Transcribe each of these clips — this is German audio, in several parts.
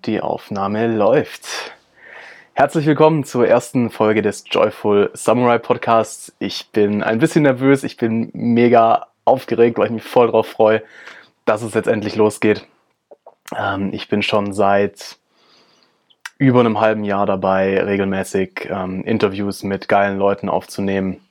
Und die Aufnahme läuft. Herzlich willkommen zur ersten Folge des Joyful Samurai Podcasts. Ich bin ein bisschen nervös, ich bin mega aufgeregt, weil ich mich voll drauf freue, dass es jetzt endlich losgeht. Ich bin schon seit über einem halben Jahr dabei, regelmäßig Interviews mit geilen Leuten aufzunehmen.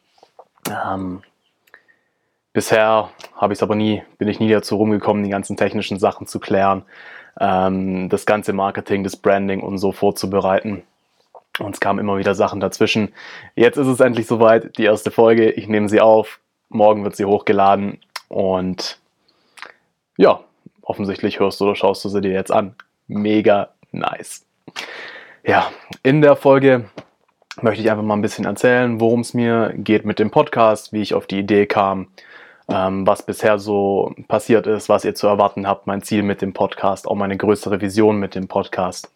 Bisher bin ich nie dazu rumgekommen, die ganzen technischen Sachen zu klären, das ganze Marketing, das Branding und so vorzubereiten. Und es kamen immer wieder Sachen dazwischen. Jetzt ist es endlich soweit, die erste Folge. Ich nehme sie auf, morgen wird sie hochgeladen und ja, offensichtlich hörst du oder schaust du sie dir jetzt an. Mega nice. Ja, in der Folge möchte ich einfach mal ein bisschen erzählen, worum es mir geht mit dem Podcast, wie ich auf die Idee kam, was bisher so passiert ist, was ihr zu erwarten habt, mein Ziel mit dem Podcast, auch meine größere Vision mit dem Podcast.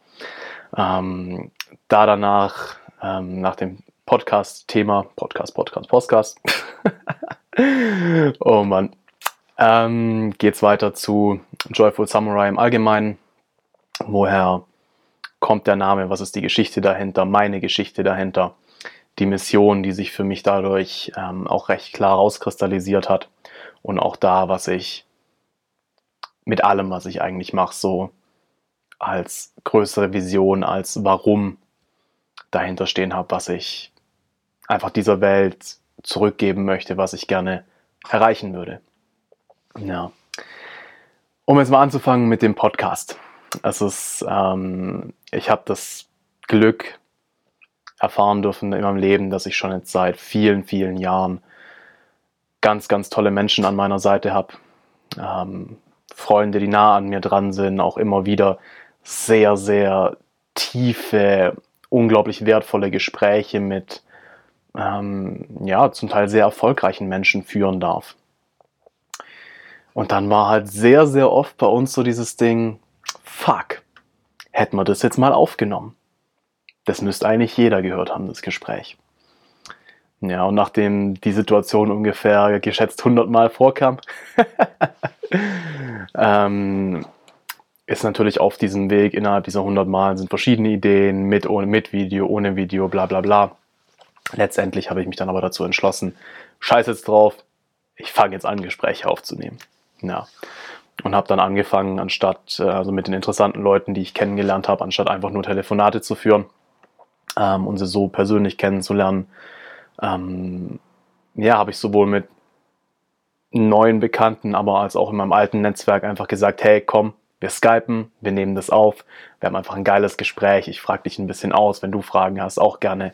Danach, nach dem Podcast-Thema, Podcast, oh Mann, geht's weiter zu Joyful Samurai im Allgemeinen. Woher kommt der Name, was ist die Geschichte dahinter, meine Geschichte dahinter, die Mission, die sich für mich dadurch auch recht klar rauskristallisiert hat und auch da, was ich mit allem, was ich eigentlich mache, so als größere Vision, als Warum dahinter stehen habe, was ich einfach dieser Welt zurückgeben möchte, was ich gerne erreichen würde. Ja. Um jetzt mal anzufangen mit dem Podcast. Ich habe das Glück erfahren dürfen in meinem Leben, dass ich schon jetzt seit vielen, vielen Jahren ganz, ganz tolle Menschen an meiner Seite habe. Freunde, die nah an mir dran sind, auch immer wieder sehr, sehr tiefe, unglaublich wertvolle Gespräche mit zum Teil sehr erfolgreichen Menschen führen darf. Und dann war halt sehr, sehr oft bei uns so dieses Ding, fuck, hätten wir das jetzt mal aufgenommen. Das müsste eigentlich jeder gehört haben, das Gespräch. Ja, und nachdem die Situation ungefähr geschätzt 100 Mal vorkam, ist natürlich auf diesem Weg innerhalb dieser 100 Mal sind verschiedene Ideen, mit Video, ohne Video, bla bla bla. Letztendlich habe ich mich dann aber dazu entschlossen, scheiß jetzt drauf, ich fange jetzt an, Gespräche aufzunehmen. Ja. Und habe dann angefangen, mit den interessanten Leuten, die ich kennengelernt habe, anstatt einfach nur Telefonate zu führen, und sie so persönlich kennenzulernen, habe ich sowohl mit neuen Bekannten, aber als auch in meinem alten Netzwerk einfach gesagt, hey, komm, wir skypen, wir nehmen das auf, wir haben einfach ein geiles Gespräch, ich frage dich ein bisschen aus, wenn du Fragen hast, auch gerne.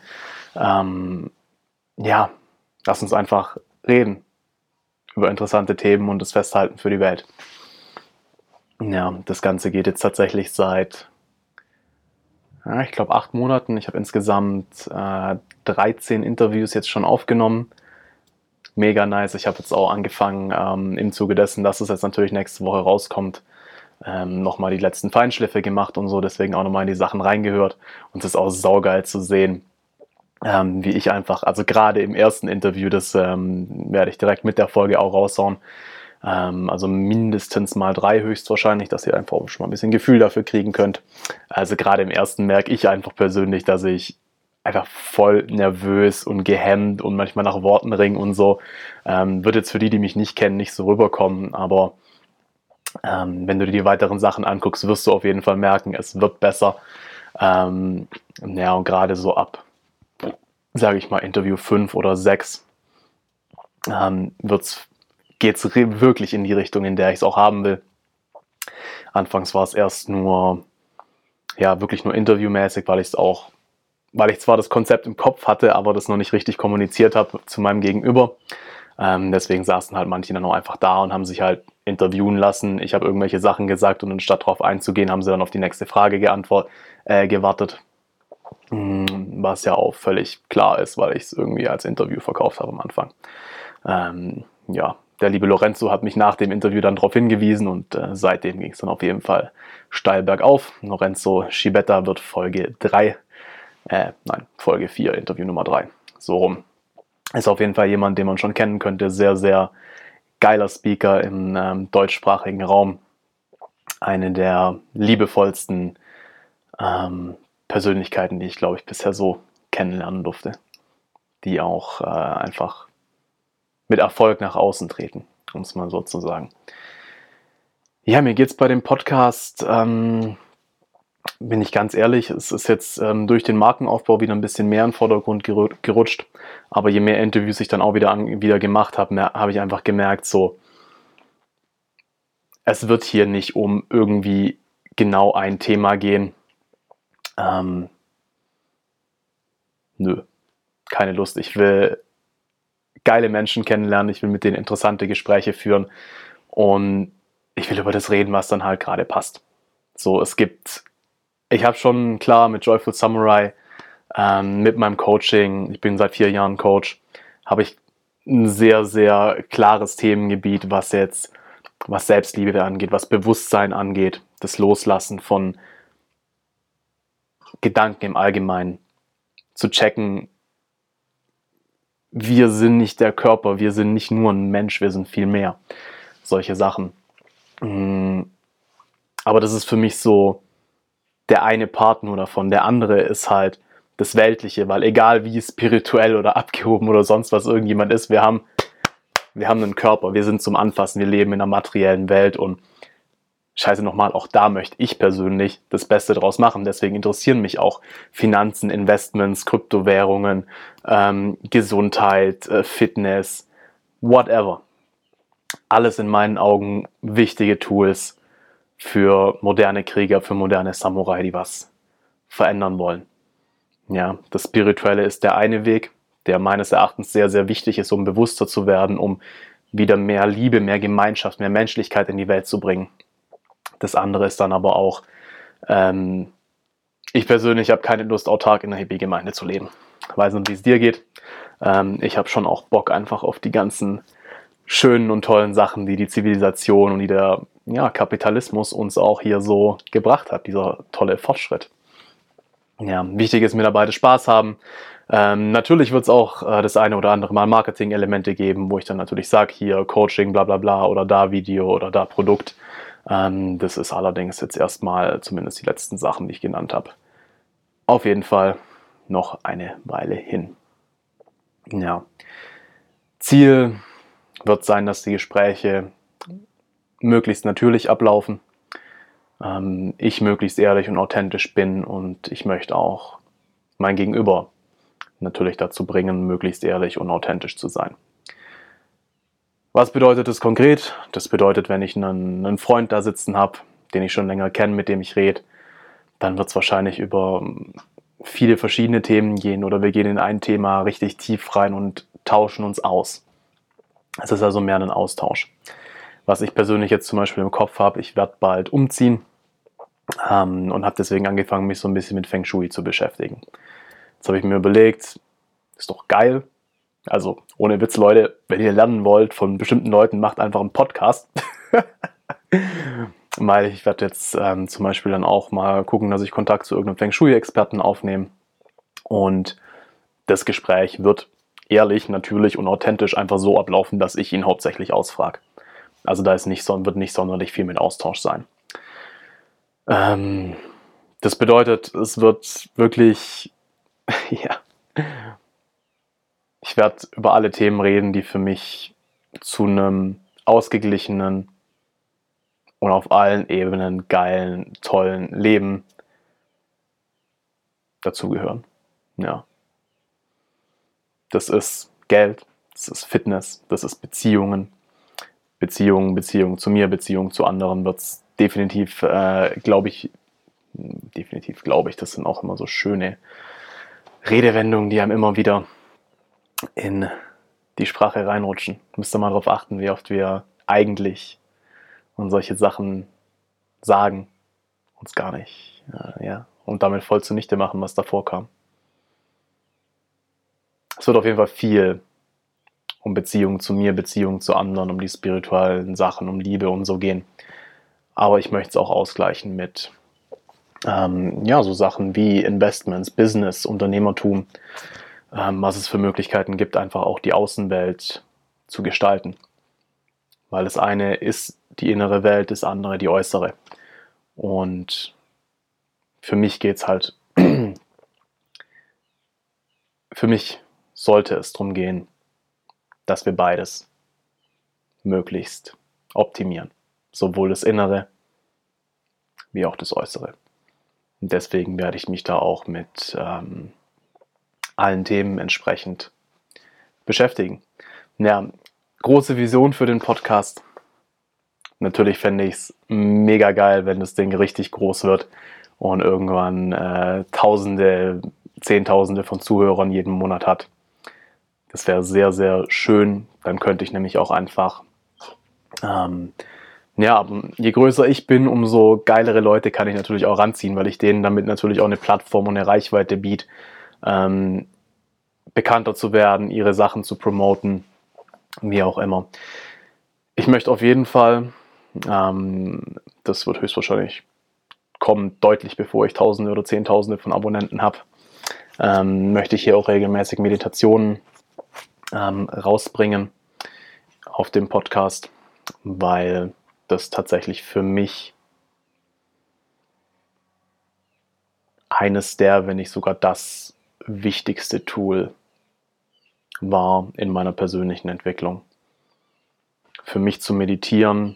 Lass uns einfach reden über interessante Themen und das Festhalten für die Welt. Ja, das Ganze geht jetzt tatsächlich seit, ich glaube, 8 Monaten. Ich habe insgesamt 13 Interviews jetzt schon aufgenommen. Mega nice. Ich habe jetzt auch angefangen, im Zuge dessen, dass es jetzt natürlich nächste Woche rauskommt, nochmal die letzten Feinschliffe gemacht und so, deswegen auch nochmal in die Sachen reingehört. Und es ist auch saugeil zu sehen, wie ich einfach, also gerade im ersten Interview, das werde ich direkt mit der Folge auch raushauen, also mindestens mal 3 höchstwahrscheinlich, dass ihr einfach schon mal ein bisschen Gefühl dafür kriegen könnt. Also gerade im ersten merke ich einfach persönlich, dass ich einfach voll nervös und gehemmt und manchmal nach Worten ringe und so. Wird jetzt für die mich nicht kennen, nicht so rüberkommen, aber wenn du dir die weiteren Sachen anguckst, wirst du auf jeden Fall merken, es wird besser. Und gerade so ab, sage ich mal, Interview 5 oder 6 geht es wirklich in die Richtung, in der ich es auch haben will. Anfangs war es erst wirklich nur interviewmäßig, weil ich zwar das Konzept im Kopf hatte, aber das noch nicht richtig kommuniziert habe zu meinem Gegenüber. Deswegen saßen halt manche dann auch einfach da und haben sich halt interviewen lassen. Ich habe irgendwelche Sachen gesagt und anstatt darauf einzugehen, haben sie dann auf die nächste Frage gewartet. Was ja auch völlig klar ist, weil ich es irgendwie als Interview verkauft habe am Anfang. Der liebe Lorenzo hat mich nach dem Interview dann darauf hingewiesen und seitdem ging es dann auf jeden Fall steil bergauf. Lorenzo Schibetta wird Folge 4, Interview Nummer 3, so rum. Ist auf jeden Fall jemand, den man schon kennen könnte, sehr, sehr geiler Speaker im deutschsprachigen Raum. Eine der liebevollsten Persönlichkeiten, die ich, glaube ich, bisher so kennenlernen durfte, die auch einfach mit Erfolg nach außen treten, um es mal so zu sagen. Ja, mir geht es bei dem Podcast, bin ich ganz ehrlich, es ist jetzt durch den Markenaufbau wieder ein bisschen mehr in den Vordergrund gerutscht, aber je mehr Interviews ich dann auch wieder gemacht habe, habe ich einfach gemerkt, so, es wird hier nicht um irgendwie genau ein Thema gehen. Nö, keine Lust. Ich will geile Menschen kennenlernen, ich will mit denen interessante Gespräche führen und ich will über das reden, was dann halt gerade passt. So, ich habe schon klar mit Joyful Samurai, mit meinem Coaching, ich bin seit 4 Jahren Coach, habe ich ein sehr, sehr klares Themengebiet, was Selbstliebe angeht, was Bewusstsein angeht, das Loslassen von Gedanken im Allgemeinen, zu checken, wir sind nicht der Körper, wir sind nicht nur ein Mensch, wir sind viel mehr. Solche Sachen. Aber das ist für mich so der eine Part nur davon. Der andere ist halt das Weltliche, weil egal wie spirituell oder abgehoben oder sonst was irgendjemand ist, wir haben einen Körper, wir sind zum Anfassen, wir leben in einer materiellen Welt und scheiße nochmal, auch da möchte ich persönlich das Beste draus machen. Deswegen interessieren mich auch Finanzen, Investments, Kryptowährungen, Gesundheit, Fitness, whatever. Alles in meinen Augen wichtige Tools für moderne Krieger, für moderne Samurai, die was verändern wollen. Ja, das Spirituelle ist der eine Weg, der meines Erachtens sehr, sehr wichtig ist, um bewusster zu werden, um wieder mehr Liebe, mehr Gemeinschaft, mehr Menschlichkeit in die Welt zu bringen. Das andere ist dann aber auch, ich persönlich habe keine Lust, autark in einer Hippie-Gemeinde zu leben. Ich weiß nicht, wie es dir geht. Ich habe schon auch Bock einfach auf die ganzen schönen und tollen Sachen, die die Zivilisation und die der Kapitalismus uns auch hier so gebracht hat, dieser tolle Fortschritt. Ja, wichtig ist mir dabei das Spaß haben. Natürlich wird es auch das eine oder andere Mal Marketing-Elemente geben, wo ich dann natürlich sage, hier Coaching, bla bla bla oder da Video oder da Produkt. Das ist allerdings jetzt erstmal, zumindest die letzten Sachen, die ich genannt habe, auf jeden Fall noch eine Weile hin. Ja. Ziel wird sein, dass die Gespräche möglichst natürlich ablaufen, ich möglichst ehrlich und authentisch bin und ich möchte auch mein Gegenüber natürlich dazu bringen, möglichst ehrlich und authentisch zu sein. Was bedeutet das konkret? Das bedeutet, wenn ich einen Freund da sitzen habe, den ich schon länger kenne, mit dem ich rede, dann wird es wahrscheinlich über viele verschiedene Themen gehen oder wir gehen in ein Thema richtig tief rein und tauschen uns aus. Es ist also mehr ein Austausch. Was ich persönlich jetzt zum Beispiel im Kopf habe, ich werde bald umziehen und habe deswegen angefangen, mich so ein bisschen mit Feng Shui zu beschäftigen. Jetzt habe ich mir überlegt, ist doch geil. Also ohne Witz, Leute, wenn ihr lernen wollt von bestimmten Leuten, macht einfach einen Podcast. Weil ich werde jetzt zum Beispiel dann auch mal gucken, dass ich Kontakt zu irgendeinem Feng Shui-Experten aufnehme. Und das Gespräch wird ehrlich, natürlich und authentisch einfach so ablaufen, dass ich ihn hauptsächlich ausfrage. Also da wird nicht sonderlich viel mit Austausch sein. Das bedeutet, es wird wirklich, ja, ich werde über alle Themen reden, die für mich zu einem ausgeglichenen und auf allen Ebenen geilen, tollen Leben dazugehören. Ja. Das ist Geld, das ist Fitness, das ist Beziehungen. Beziehung zu mir, Beziehung zu anderen wird es definitiv, glaube ich, das sind auch immer so schöne Redewendungen, die einem immer wieder in die Sprache reinrutschen. Müsst ihr mal darauf achten, wie oft wir eigentlich und solche Sachen sagen, uns gar nicht, und damit voll zunichte machen, was davor kam. Es wird auf jeden Fall viel um Beziehungen zu mir, Beziehungen zu anderen, um die spirituellen Sachen, um Liebe und so gehen. Aber ich möchte es auch ausgleichen mit so Sachen wie Investments, Business, Unternehmertum, was es für Möglichkeiten gibt, einfach auch die Außenwelt zu gestalten. Weil das eine ist die innere Welt, das andere die äußere. Und für mich geht's halt, für mich sollte es darum gehen, dass wir beides möglichst optimieren. Sowohl das Innere wie auch das Äußere. Und deswegen werde ich mich da auch mit allen Themen entsprechend beschäftigen. Ja, große Vision für den Podcast. Natürlich fände ich es mega geil, wenn das Ding richtig groß wird und irgendwann Tausende, Zehntausende von Zuhörern jeden Monat hat. Das wäre sehr, sehr schön. Dann könnte ich nämlich auch einfach, je größer ich bin, umso geilere Leute kann ich natürlich auch ranziehen, weil ich denen damit natürlich auch eine Plattform und eine Reichweite biete, bekannter zu werden, ihre Sachen zu promoten, wie auch immer. Ich möchte auf jeden Fall, das wird höchstwahrscheinlich kommen, deutlich bevor ich Tausende oder Zehntausende von Abonnenten habe, möchte ich hier auch regelmäßig Meditationen rausbringen auf dem Podcast, weil das tatsächlich für mich eines der, wenn nicht sogar das wichtigste Tool war in meiner persönlichen Entwicklung. Für mich zu meditieren,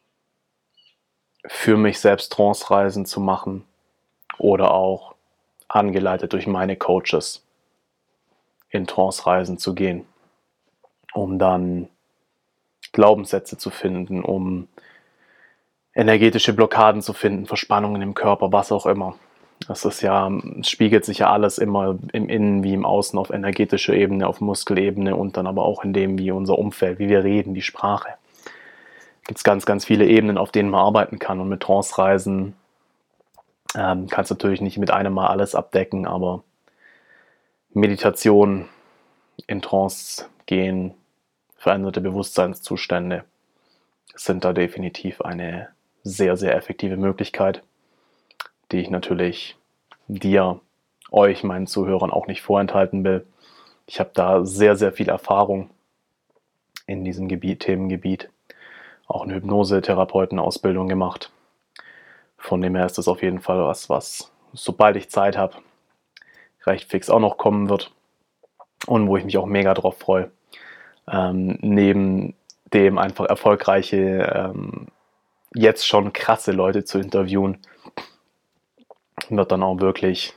für mich selbst Trance-Reisen zu machen oder auch angeleitet durch meine Coaches in Trance-Reisen zu gehen, um dann Glaubenssätze zu finden, um energetische Blockaden zu finden, Verspannungen im Körper, was auch immer. Es spiegelt sich ja alles immer im Innen wie im Außen auf energetischer Ebene, auf Muskelebene und dann aber auch in dem, wie unser Umfeld, wie wir reden, die Sprache. Gibt es ganz, ganz viele Ebenen, auf denen man arbeiten kann. Und mit Trance-Reisen kannst du natürlich nicht mit einem Mal alles abdecken, aber Meditation, in Trance gehen, veränderte Bewusstseinszustände sind da definitiv eine sehr, sehr effektive Möglichkeit, die ich natürlich euch, meinen Zuhörern auch nicht vorenthalten will. Ich habe da sehr, sehr viel Erfahrung in diesem Themengebiet. Auch eine Hypnose-Therapeuten-Ausbildung gemacht. Von dem her ist das auf jeden Fall was sobald ich Zeit habe, recht fix auch noch kommen wird und wo ich mich auch mega drauf freue. Neben dem einfach erfolgreiche, jetzt schon krasse Leute zu interviewen, wird dann auch wirklich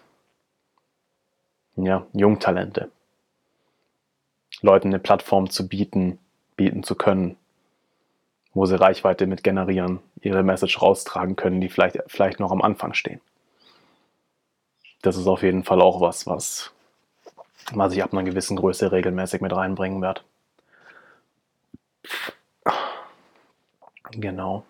Jungtalente. Leuten eine Plattform zu bieten zu können, wo sie Reichweite mit generieren, ihre Message raustragen können, die vielleicht noch am Anfang stehen. Das ist auf jeden Fall auch was ich ab einer gewissen Größe regelmäßig mit reinbringen werde. Genau.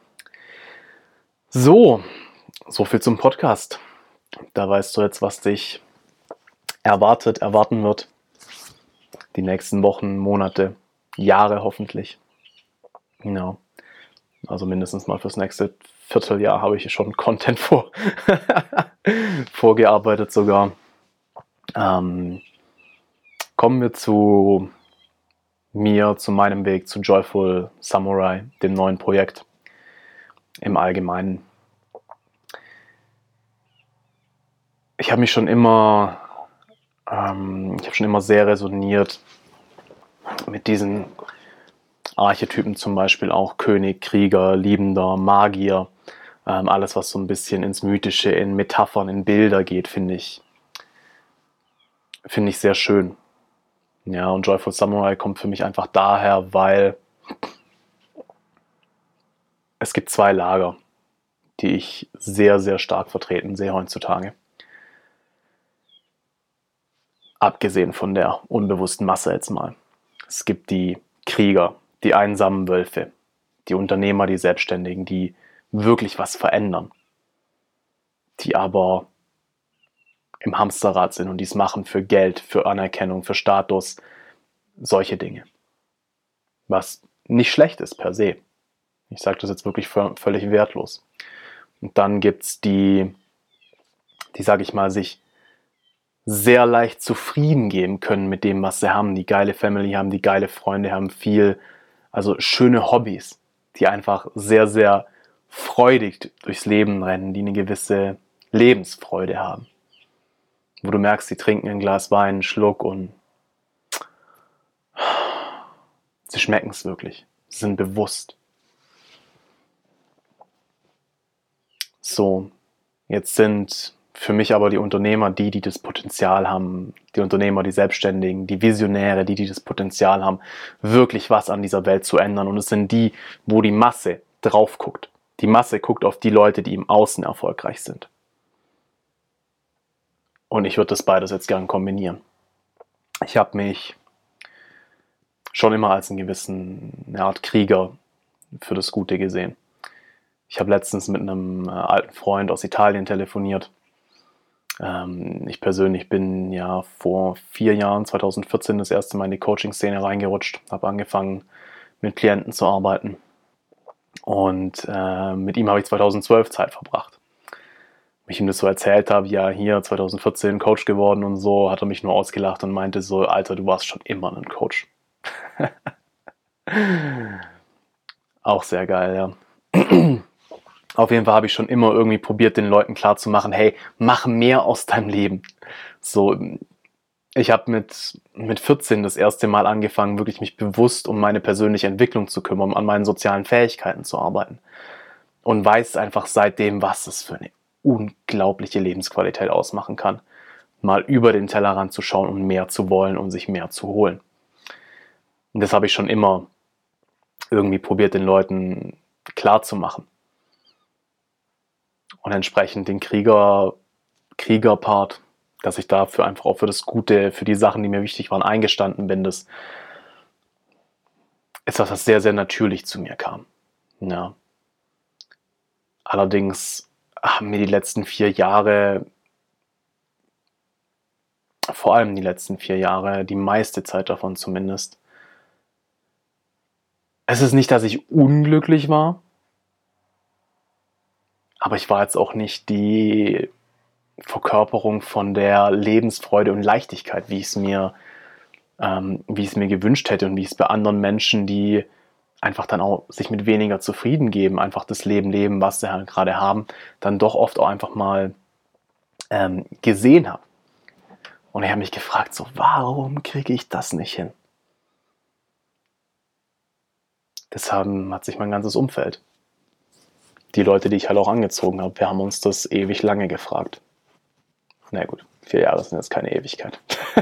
So viel zum Podcast. Da weißt du jetzt, was dich erwarten wird. Die nächsten Wochen, Monate, Jahre hoffentlich. Genau. Also mindestens mal fürs nächste Vierteljahr habe ich schon Content vorgearbeitet sogar. Kommen wir zu meinem Weg zu Joyful Samurai, dem neuen Projekt im Allgemeinen. Ich habe schon immer sehr resoniert mit diesen Archetypen, zum Beispiel auch König, Krieger, Liebender, Magier, alles was so ein bisschen ins Mythische, in Metaphern, in Bilder geht, finde ich sehr schön. Ja, und Joyful Samurai kommt für mich einfach daher, weil es gibt zwei Lager, die ich sehr, sehr stark vertreten sehe heutzutage. Abgesehen von der unbewussten Masse jetzt mal. Es gibt die Krieger, die einsamen Wölfe, die Unternehmer, die Selbstständigen, die wirklich was verändern, die aber im Hamsterrad sind und dies machen für Geld, für Anerkennung, für Status, solche Dinge. Was nicht schlecht ist per se. Ich sage das jetzt wirklich völlig wertlos. Und dann gibt es die, sage ich mal, sich sehr leicht zufrieden geben können mit dem, was sie haben, die geile Family haben, die geile Freunde haben, also schöne Hobbys, die einfach sehr, sehr freudig durchs Leben rennen, die eine gewisse Lebensfreude haben. Wo du merkst, sie trinken ein Glas Wein, einen Schluck und sie schmecken es wirklich. Sie sind bewusst. So, jetzt sind für mich aber die Unternehmer die das Potenzial haben, die Unternehmer, die Selbstständigen, die Visionäre, die das Potenzial haben, wirklich was an dieser Welt zu ändern. Und es sind die, wo die Masse drauf guckt. Die Masse guckt auf die Leute, die im Außen erfolgreich sind. Und ich würde das beides jetzt gern kombinieren. Ich habe mich schon immer als eine Art Krieger für das Gute gesehen. Ich habe letztens mit einem alten Freund aus Italien telefoniert. Ich persönlich bin ja vor 4 Jahren, 2014, das erste Mal in die Coaching-Szene reingerutscht, habe angefangen mit Klienten zu arbeiten und mit ihm habe ich 2012 Zeit verbracht. Wenn ich ihm das so erzählt habe, ja hier 2014 Coach geworden und so, hat er mich nur ausgelacht und meinte so, Alter, du warst schon immer ein Coach. Auch sehr geil, ja. Auf jeden Fall habe ich schon immer irgendwie probiert, den Leuten klarzumachen, hey, mach mehr aus deinem Leben. So, ich habe mit 14 das erste Mal angefangen, wirklich mich bewusst um meine persönliche Entwicklung zu kümmern, an meinen sozialen Fähigkeiten zu arbeiten. Und weiß einfach seitdem, was es für eine unglaubliche Lebensqualität ausmachen kann, mal über den Tellerrand zu schauen und mehr zu wollen und sich mehr zu holen. Und das habe ich schon immer irgendwie probiert, den Leuten klarzumachen. Und entsprechend den Krieger-Part, dass ich dafür einfach auch für das Gute, für die Sachen, die mir wichtig waren, eingestanden bin, das ist was, was sehr, sehr natürlich zu mir kam. Ja. Allerdings haben mir die letzten 4 Jahre, vor allem die letzten 4 Jahre, die meiste Zeit davon zumindest, es ist nicht, dass ich unglücklich war, aber ich war jetzt auch nicht die Verkörperung von der Lebensfreude und Leichtigkeit, wie ich es mir gewünscht hätte und wie ich es bei anderen Menschen, die einfach dann auch sich mit weniger zufrieden geben, einfach das Leben leben, was sie halt gerade haben, dann doch oft auch einfach mal gesehen habe. Und ich habe mich gefragt, so, warum kriege ich das nicht hin? Deshalb hat sich mein ganzes Umfeld, die Leute, die ich halt auch angezogen habe, wir haben uns das ewig lange gefragt. Na gut, 4 Jahre sind jetzt keine Ewigkeit.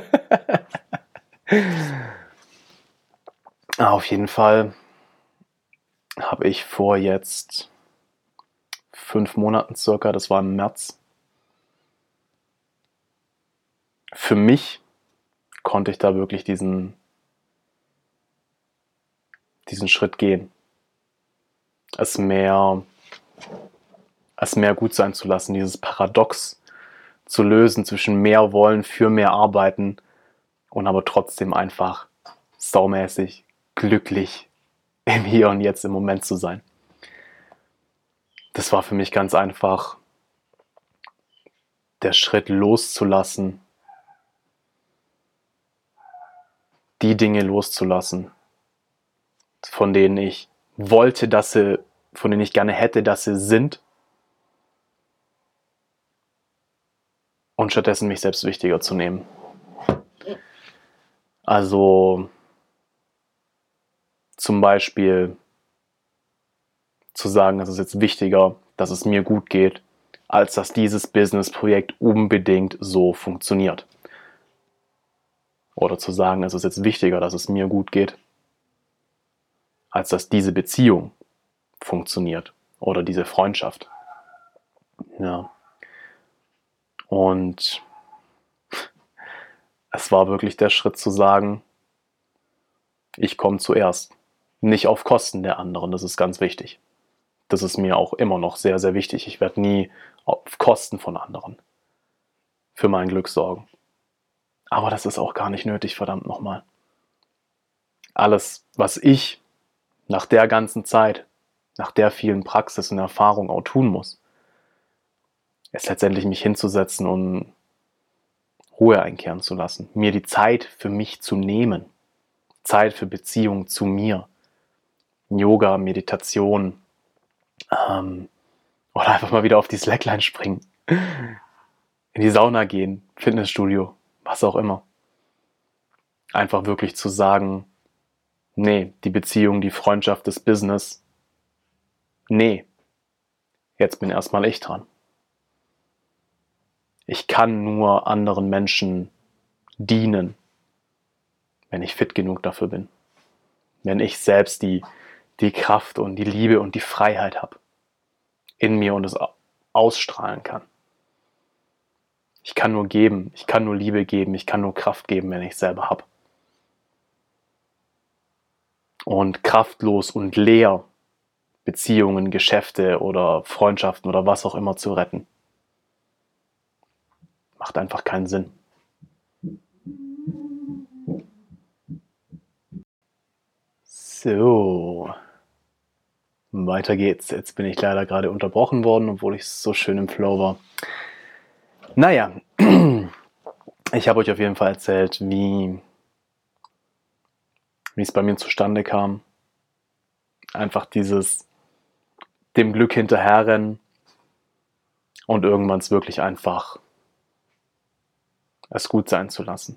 Auf jeden Fall habe ich vor jetzt 5 Monaten circa, das war im März, für mich konnte ich da wirklich diesen Schritt gehen. Es mehr gut sein zu lassen, dieses Paradox zu lösen zwischen mehr wollen, für mehr arbeiten und aber trotzdem einfach saumäßig glücklich im Hier und Jetzt im Moment zu sein. Das war für mich ganz einfach der Schritt loszulassen, die Dinge loszulassen, von denen ich wollte, von denen ich gerne hätte, dass sie sind, und stattdessen mich selbst wichtiger zu nehmen. Also zum Beispiel zu sagen, es ist jetzt wichtiger, dass es mir gut geht, als dass dieses Business-Projekt unbedingt so funktioniert. Oder zu sagen, es ist jetzt wichtiger, dass es mir gut geht, als dass diese Beziehung funktioniert oder diese Freundschaft. Ja. Und es war wirklich der Schritt zu sagen, ich komme zuerst. Nicht auf Kosten der anderen, das ist ganz wichtig. Das ist mir auch immer noch sehr, sehr wichtig. Ich werde nie auf Kosten von anderen für mein Glück sorgen. Aber das ist auch gar nicht nötig, verdammt nochmal. Alles, was ich nach der ganzen Zeit, nach der vielen Praxis und Erfahrung auch tun muss, ist letztendlich mich hinzusetzen und Ruhe einkehren zu lassen. Mir die Zeit für mich zu nehmen. Zeit für Beziehung zu mir. Yoga, Meditation, oder einfach mal wieder auf die Slackline springen. in die Sauna gehen, Fitnessstudio, was auch immer. Einfach wirklich zu sagen, nee, die Beziehung, die Freundschaft, das Business, nee, jetzt bin erstmal ich dran. Ich kann nur anderen Menschen dienen, wenn ich fit genug dafür bin. Wenn ich selbst die Kraft und die Liebe und die Freiheit habe in mir und es ausstrahlen kann. Ich kann nur geben, ich kann nur Liebe geben, ich kann nur Kraft geben, wenn ich selber habe. Und kraftlos und leer Beziehungen, Geschäfte oder Freundschaften oder was auch immer zu retten, macht einfach keinen Sinn. So, weiter geht's. Jetzt bin ich leider gerade unterbrochen worden, obwohl ich so schön im Flow war. Naja, ich habe euch auf jeden Fall erzählt, wie es bei mir zustande kam. Einfach dieses dem Glück hinterherrennen und irgendwann es wirklich einfach es gut sein zu lassen.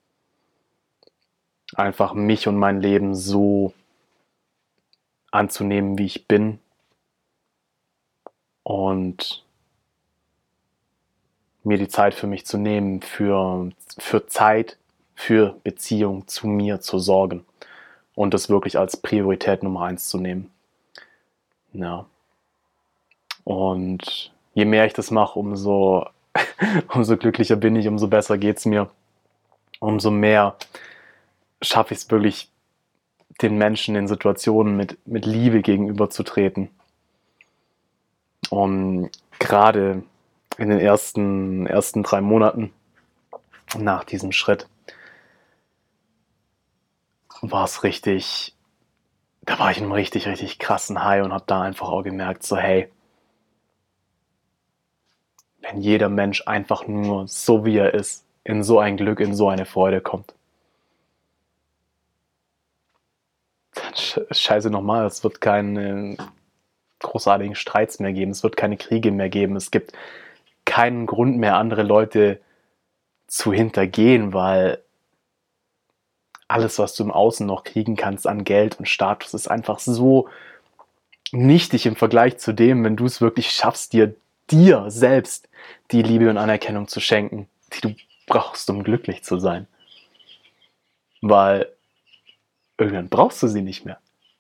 Einfach mich und mein Leben so anzunehmen, wie ich bin und mir die Zeit für mich zu nehmen, für Zeit, für Beziehung zu mir zu sorgen und das wirklich als Priorität Nummer 1 zu nehmen. Ja. Und je mehr ich das mache, umso glücklicher bin ich, umso besser geht es mir, umso mehr schaffe ich es wirklich, den Menschen in Situationen mit Liebe gegenüberzutreten. Und gerade in den ersten 3 Monaten nach diesem Schritt war es da war ich in einem richtig, richtig krassen High und habe da einfach auch gemerkt, so hey, wenn jeder Mensch einfach nur so wie er ist, in so ein Glück, in so eine Freude kommt, dann scheiße nochmal, es wird keine großartigen Streits mehr geben, es wird keine Kriege mehr geben, es gibt keinen Grund mehr, andere Leute zu hintergehen, weil alles, was du im Außen noch kriegen kannst an Geld und Status, ist einfach so nichtig im Vergleich zu dem, wenn du es wirklich schaffst, dir selbst die Liebe und Anerkennung zu schenken, die du brauchst, um glücklich zu sein. Weil irgendwann brauchst du sie nicht mehr.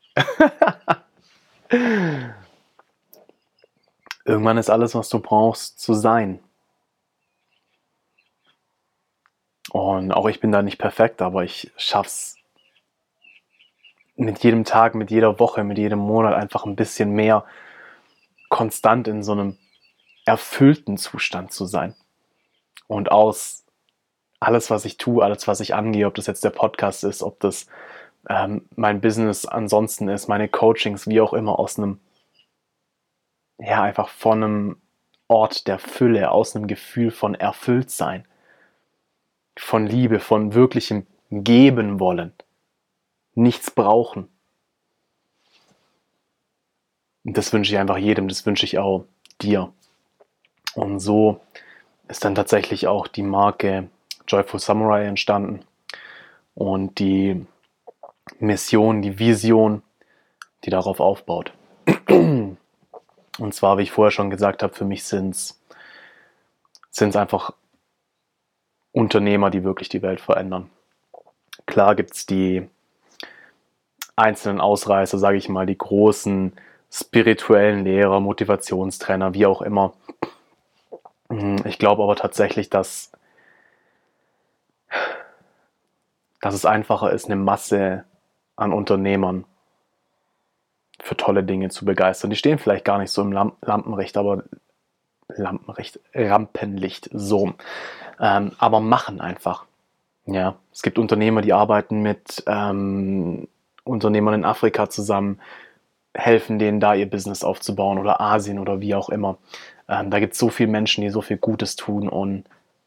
Irgendwann ist alles, was du brauchst, zu sein. Und auch ich bin da nicht perfekt, aber ich schaff's mit jedem Tag, mit jeder Woche, mit jedem Monat einfach ein bisschen mehr konstant in so einem erfüllten Zustand zu sein. Und aus alles, was ich tue, alles, was ich angehe, ob das jetzt der Podcast ist, ob das mein Business ansonsten ist, meine Coachings, wie auch immer, aus einem, ja, einfach von einem Ort der Fülle, aus einem Gefühl von Erfülltsein, von Liebe, von wirklichem Geben wollen, nichts brauchen. Und das wünsche ich einfach jedem, das wünsche ich auch dir. Und so ist dann tatsächlich auch die Marke Joyful Samurai entstanden und die Mission, die Vision, die darauf aufbaut. Und zwar, wie ich vorher schon gesagt habe, für mich sind es einfach Unternehmer, die wirklich die Welt verändern. Klar gibt es die einzelnen Ausreißer, sage ich mal, die großen spirituellen Lehrer, Motivationstrainer, wie auch immer. Ich glaube aber tatsächlich, dass es einfacher ist, eine Masse an Unternehmern für tolle Dinge zu begeistern. Die stehen vielleicht gar nicht so im Rampenlicht, so. Aber machen einfach. Ja, es gibt Unternehmer, die arbeiten mit Unternehmern in Afrika zusammen, helfen denen da ihr Business aufzubauen oder Asien oder wie auch immer. Da gibt es so viele Menschen, die so viel Gutes tun und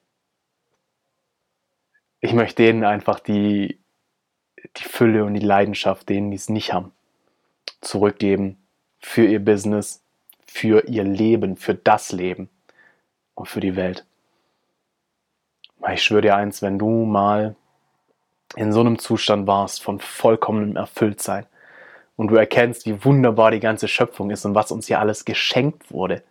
ich möchte denen einfach die Fülle und die Leidenschaft, denen die es nicht haben, zurückgeben für ihr Business, für ihr Leben, für das Leben. und für die Welt. Weil ich schwöre dir eins, wenn du mal in so einem Zustand warst von vollkommenem Erfülltsein und du erkennst, wie wunderbar die ganze Schöpfung ist und was uns hier alles geschenkt wurde,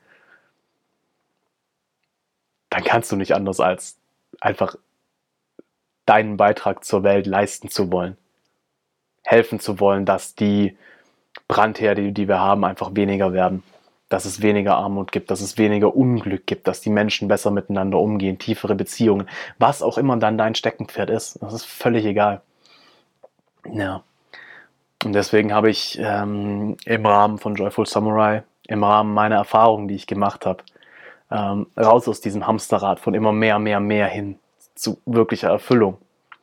dann kannst du nicht anders als einfach deinen Beitrag zur Welt leisten zu wollen. Helfen zu wollen, dass die Brandherde, die wir haben, einfach weniger werden. Dass es weniger Armut gibt, dass es weniger Unglück gibt, dass die Menschen besser miteinander umgehen, tiefere Beziehungen, was auch immer dann dein Steckenpferd ist. Das ist völlig egal. Ja. Und deswegen habe ich im Rahmen von Joyful Samurai, im Rahmen meiner Erfahrungen, die ich gemacht habe, raus aus diesem Hamsterrad von immer mehr hin zu wirklicher Erfüllung,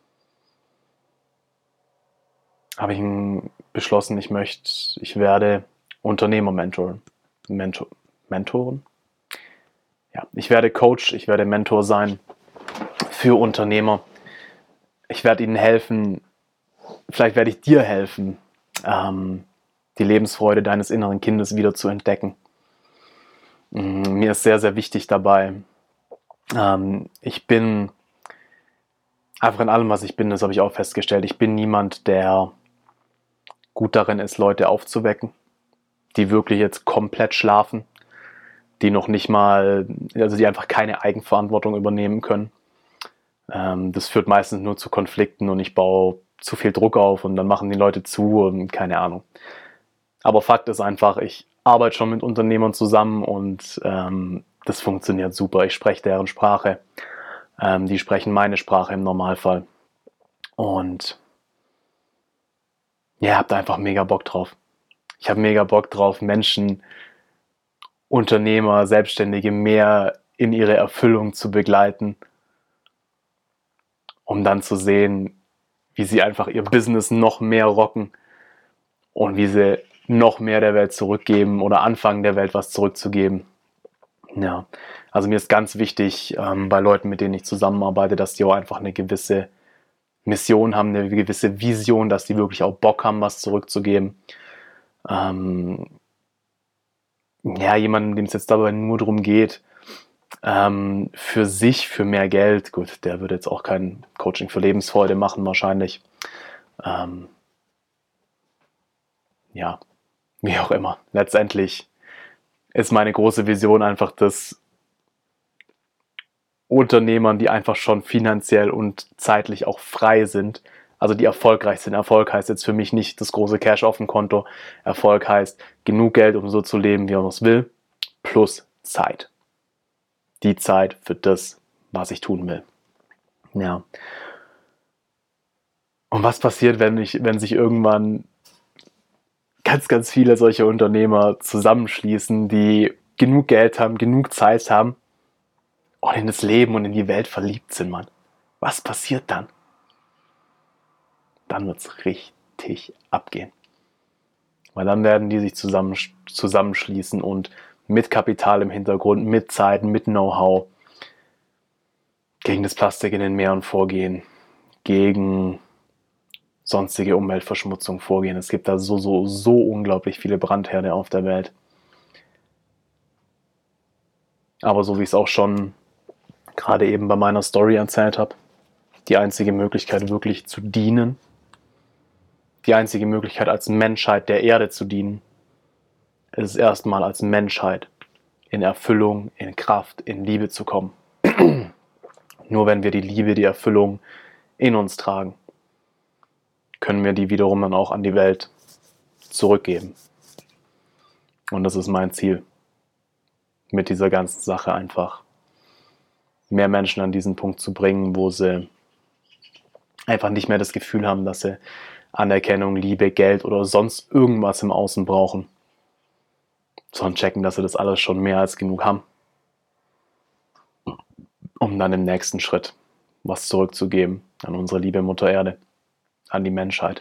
habe ich beschlossen, ich werde Unternehmer-Mentoren. Mentoren? Ja, ich werde Coach, ich werde Mentor sein für Unternehmer. Ich werde ihnen helfen, vielleicht werde ich dir helfen, die Lebensfreude deines inneren Kindes wieder zu entdecken. Mir ist sehr, sehr wichtig dabei. Ich bin einfach in allem, was ich bin, das habe ich auch festgestellt, ich bin niemand, der gut darin ist, Leute aufzuwecken, die wirklich jetzt komplett schlafen, die noch nicht mal, also die einfach keine Eigenverantwortung übernehmen können. Das führt meistens nur zu Konflikten und ich baue zu viel Druck auf und dann machen die Leute zu und keine Ahnung. Aber Fakt ist einfach, ich arbeite schon mit Unternehmern zusammen und das funktioniert super. Ich spreche deren Sprache, die sprechen meine Sprache im Normalfall und ja, habt einfach mega Bock drauf. Ich habe mega Bock drauf, Menschen, Unternehmer, Selbstständige mehr in ihre Erfüllung zu begleiten, um dann zu sehen, wie sie einfach ihr Business noch mehr rocken und wie sie noch mehr der Welt zurückgeben oder anfangen, der Welt was zurückzugeben. Ja, also mir ist ganz wichtig bei Leuten, mit denen ich zusammenarbeite, dass die auch einfach eine gewisse Mission haben, eine gewisse Vision, dass die wirklich auch Bock haben, was zurückzugeben. Ja, jemandem, dem es jetzt dabei nur darum geht, für sich, für mehr Geld, gut, der würde jetzt auch kein Coaching für Lebensfreude machen wahrscheinlich. Ja, wie auch immer. Letztendlich ist meine große Vision einfach, dass Unternehmern, die einfach schon finanziell und zeitlich auch frei sind, also die erfolgreich sind. Erfolg heißt jetzt für mich nicht das große Cash auf dem Konto. Erfolg heißt genug Geld, um so zu leben, wie man es will, plus Zeit. Die Zeit für das, was ich tun will. Ja. Und was passiert, wenn sich irgendwann ganz, ganz viele solche Unternehmer zusammenschließen, die genug Geld haben, genug Zeit haben und in das Leben und in die Welt verliebt sind, Mann? Was passiert dann? Dann wird es richtig abgehen. Weil dann werden die sich zusammenschließen und mit Kapital im Hintergrund, mit Zeit, mit Know-how gegen das Plastik in den Meeren vorgehen, gegen sonstige Umweltverschmutzung vorgehen. Es gibt da so unglaublich viele Brandherde auf der Welt. Aber so wie ich es auch schon gerade eben bei meiner Story erzählt habe, die einzige Möglichkeit wirklich zu dienen, die einzige Möglichkeit als Menschheit der Erde zu dienen, ist es erstmal als Menschheit in Erfüllung, in Kraft, in Liebe zu kommen. Nur wenn wir die Liebe, die Erfüllung in uns tragen, können wir die wiederum dann auch an die Welt zurückgeben. Und das ist mein Ziel, mit dieser ganzen Sache einfach mehr Menschen an diesen Punkt zu bringen, wo sie einfach nicht mehr das Gefühl haben, dass sie Anerkennung, Liebe, Geld oder sonst irgendwas im Außen brauchen, sondern checken, dass sie das alles schon mehr als genug haben, um dann im nächsten Schritt was zurückzugeben an unsere liebe Mutter Erde, an die Menschheit.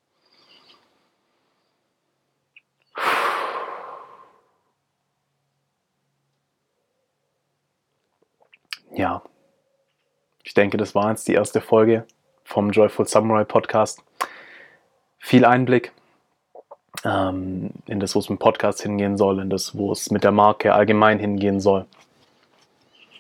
Ja, ich denke, das war jetzt die erste Folge vom Joyful Samurai Podcast. Viel Einblick in das, wo es mit dem Podcast hingehen soll, in das, wo es mit der Marke allgemein hingehen soll.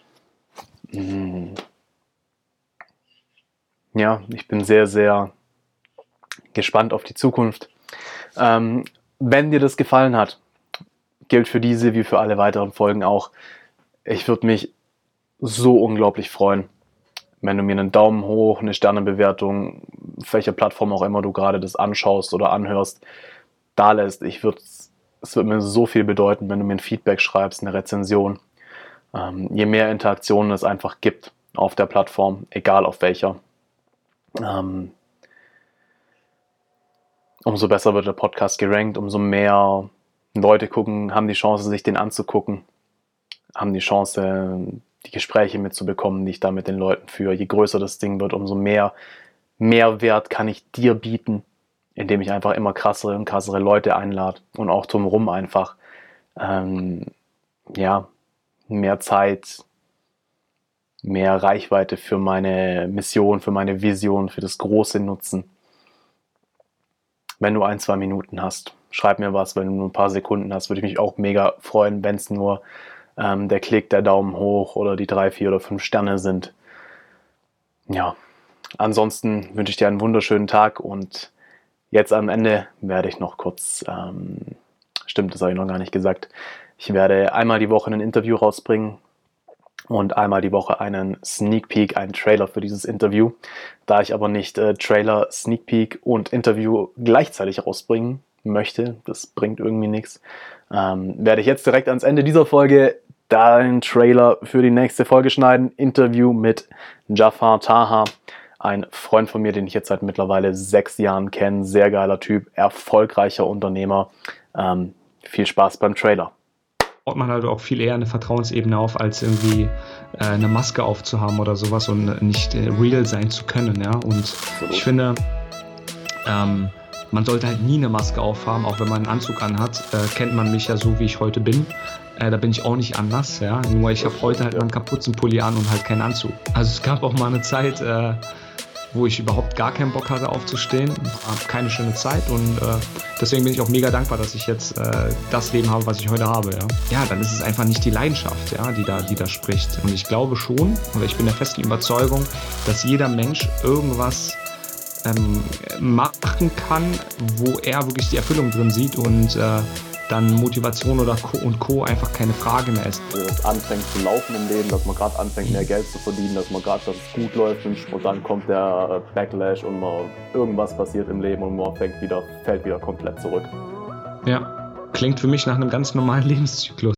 Ja, ich bin sehr, sehr gespannt auf die Zukunft. Wenn dir das gefallen hat, gilt für diese wie für alle weiteren Folgen auch, ich würde mich so unglaublich freuen, wenn du mir einen Daumen hoch, eine Sternebewertung, auf welcher Plattform auch immer du gerade das anschaust oder anhörst, da lässt. Es wird mir so viel bedeuten, wenn du mir ein Feedback schreibst, eine Rezension. Je mehr Interaktionen es einfach gibt auf der Plattform, egal auf welcher, umso besser wird der Podcast gerankt, umso mehr Leute haben die Chance, sich den anzugucken, haben die Chance, die Gespräche mitzubekommen, die ich da mit den Leuten führe. Je größer das Ding wird, umso mehr Mehrwert kann ich dir bieten, indem ich einfach immer krassere und krassere Leute einlade und auch drumherum einfach mehr Zeit, mehr Reichweite für meine Mission, für meine Vision, für das große Nutzen. Wenn du 1-2 Minuten hast, schreib mir was. Wenn du nur ein paar Sekunden hast, würde ich mich auch mega freuen, wenn es nur der Klick, der Daumen hoch oder die 3, 4 oder 5 Sterne sind. Ja, ansonsten wünsche ich dir einen wunderschönen Tag und jetzt am Ende werde ich noch kurz, stimmt, das habe ich noch gar nicht gesagt, ich werde einmal die Woche ein Interview rausbringen und einmal die Woche einen Sneak Peek, einen Trailer für dieses Interview. Da ich aber nicht Trailer, Sneak Peek und Interview gleichzeitig rausbringen möchte, das bringt irgendwie nichts, werde ich jetzt direkt ans Ende dieser Folge den Trailer für die nächste Folge schneiden. Interview mit Jafar Taha, ein Freund von mir, den ich jetzt seit mittlerweile 6 Jahren kenne. Sehr geiler Typ, erfolgreicher Unternehmer. Viel Spaß beim Trailer. Baut man halt auch viel eher eine Vertrauensebene auf, als irgendwie eine Maske aufzuhaben oder sowas und nicht real sein zu können. Ja? Und ich finde, man sollte halt nie eine Maske aufhaben, auch wenn man einen Anzug anhat. Kennt man mich ja so, wie ich heute bin. Da bin ich auch nicht anders. Ja? Nur ich habe heute halt einen Kapuzenpulli an und halt keinen Anzug. Also es gab auch mal eine Zeit, wo ich überhaupt gar keinen Bock hatte aufzustehen. Keine schöne Zeit und deswegen bin ich auch mega dankbar, dass ich jetzt das Leben habe, was ich heute habe. Ja, dann ist es einfach nicht die Leidenschaft, ja, die da spricht. Und ich glaube schon, oder ich bin der festen Überzeugung, dass jeder Mensch irgendwas machen kann, wo er wirklich die Erfüllung drin sieht und dann Motivation oder Co. einfach keine Frage mehr ist. Dass es anfängt zu laufen im Leben, dass man gerade anfängt, mehr Geld zu verdienen, dass man gerade, dass es gut läuft und dann kommt der Backlash und irgendwas passiert im Leben und man fällt wieder komplett zurück. Ja, klingt für mich nach einem ganz normalen Lebenszyklus.